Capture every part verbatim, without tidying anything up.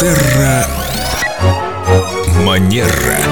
Терра Манера.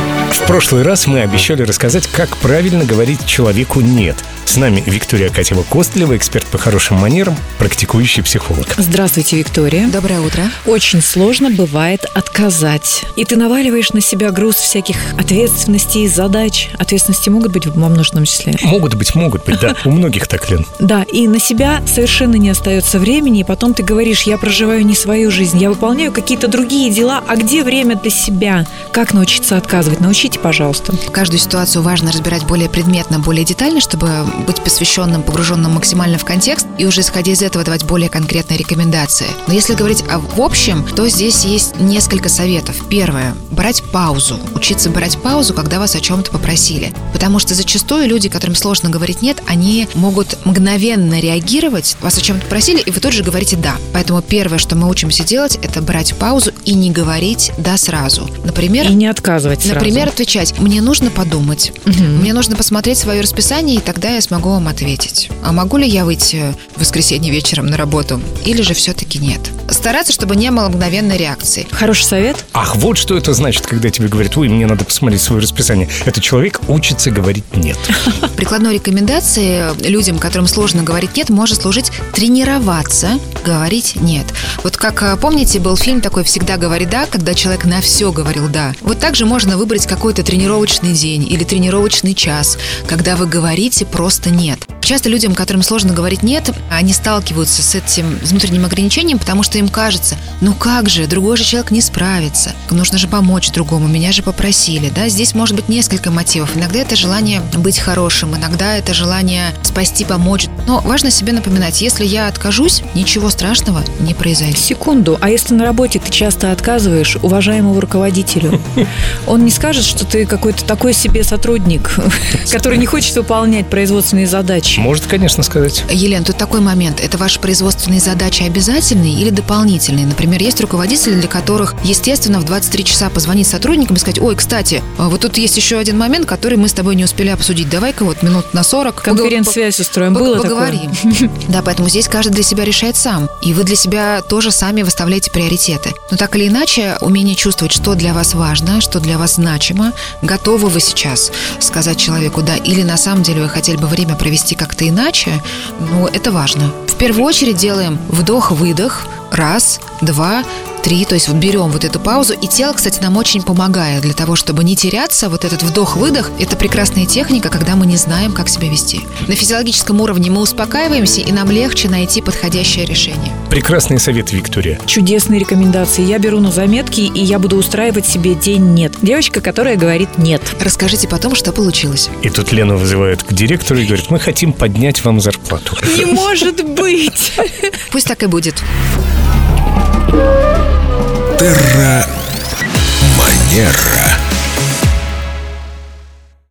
В прошлый раз мы обещали рассказать, как правильно говорить человеку «нет». С нами Виктория Акатьева-Костылева, эксперт по хорошим манерам, практикующий психолог. Здравствуйте, Виктория. Доброе утро. Очень сложно бывает отказать. И ты наваливаешь на себя груз всяких ответственностей, задач. Ответственности могут быть во множественном числе? Могут быть, могут быть, да. У многих так, Лен. Да, и на себя совершенно не остается времени, и потом ты говоришь: я проживаю не свою жизнь, я выполняю какие-то другие дела, а где время для себя? Как научиться отказывать? Научите, пожалуйста. Каждую ситуацию важно разбирать более предметно, более детально, чтобы быть посвященным, погруженным максимально в контекст и уже исходя из этого давать более конкретные рекомендации. Но если говорить о, в общем, то здесь есть несколько советов. Первое. Брать паузу. Учиться брать паузу, когда вас о чем-то попросили. Потому что зачастую люди, которым сложно говорить «нет», они могут мгновенно реагировать. Вас о чем-то просили, и вы тут же говорите «да». Поэтому первое, что мы учимся делать, это брать паузу и не говорить «да» сразу. Например, и не отказывать сразу. Например, отвечать: «Мне нужно подумать, угу. Мне нужно посмотреть свое расписание, и тогда я смогу вам ответить. А могу ли я выйти в воскресенье вечером на работу? Или же все-таки нет?» Стараться, чтобы не было мгновенной реакции. Хороший совет. Ах, вот что это значит, когда тебе говорят: ой, мне надо посмотреть свое расписание. Это человек учится говорить «нет». Прикладной рекомендацией людям, которым сложно говорить «нет», может служить тренироваться говорить «нет». Вот как, помните, был фильм такой «Всегда говори да», когда человек на все говорил «да». Вот также можно выбрать какой-то тренировочный день или тренировочный час, когда вы говорите просто «нет». Часто людям, которым сложно говорить «нет», они сталкиваются с этим внутренним ограничением, потому что им кажется: ну как же, другой же человек не справится, нужно же помочь другому, меня же попросили. Да? Здесь может быть несколько мотивов. Иногда это желание быть хорошим, иногда это желание спасти, помочь. Но важно себе напоминать: если я откажусь, ничего страшного не произойдет. Секунду, а если на работе ты часто отказываешь уважаемому руководителю, он не скажет, что ты какой-то такой себе сотрудник, который не хочет выполнять производственные задачи? Может, конечно, сказать. Елена, тут такой момент. Это ваши производственные задачи обязательные или дополнительные? Например, есть руководители, для которых, естественно, в двадцать три часа позвонить сотрудникам и сказать: ой, кстати, вот тут есть еще один момент, который мы с тобой не успели обсудить. Давай-ка вот минут на сорок конференц-связь устроим. Было поговорим. Да, поэтому здесь каждый для себя решает сам. И вы для себя тоже сами выставляете приоритеты. Но так или иначе, умение чувствовать, что для вас важно, что для вас значимо, готовы вы сейчас сказать человеку «да», или на самом деле вы хотели бы время провести как-то иначе, ну, это важно. В первую очередь делаем вдох-выдох. Раз, два, три. То есть вот берем вот эту паузу. И тело, кстати, нам очень помогает для того, чтобы не теряться. Вот этот вдох-выдох – это прекрасная техника, когда мы не знаем, как себя вести. На физиологическом уровне мы успокаиваемся, и нам легче найти подходящее решение. Прекрасный совет, Виктория. Чудесные рекомендации. Я беру на заметки, и я буду устраивать себе день «нет». Девочка, которая говорит «нет». Расскажите потом, что получилось. И тут Лену вызывают к директору и говорят: мы хотим поднять вам зарплату. Не может быть! Пусть так и будет. Терра Манера.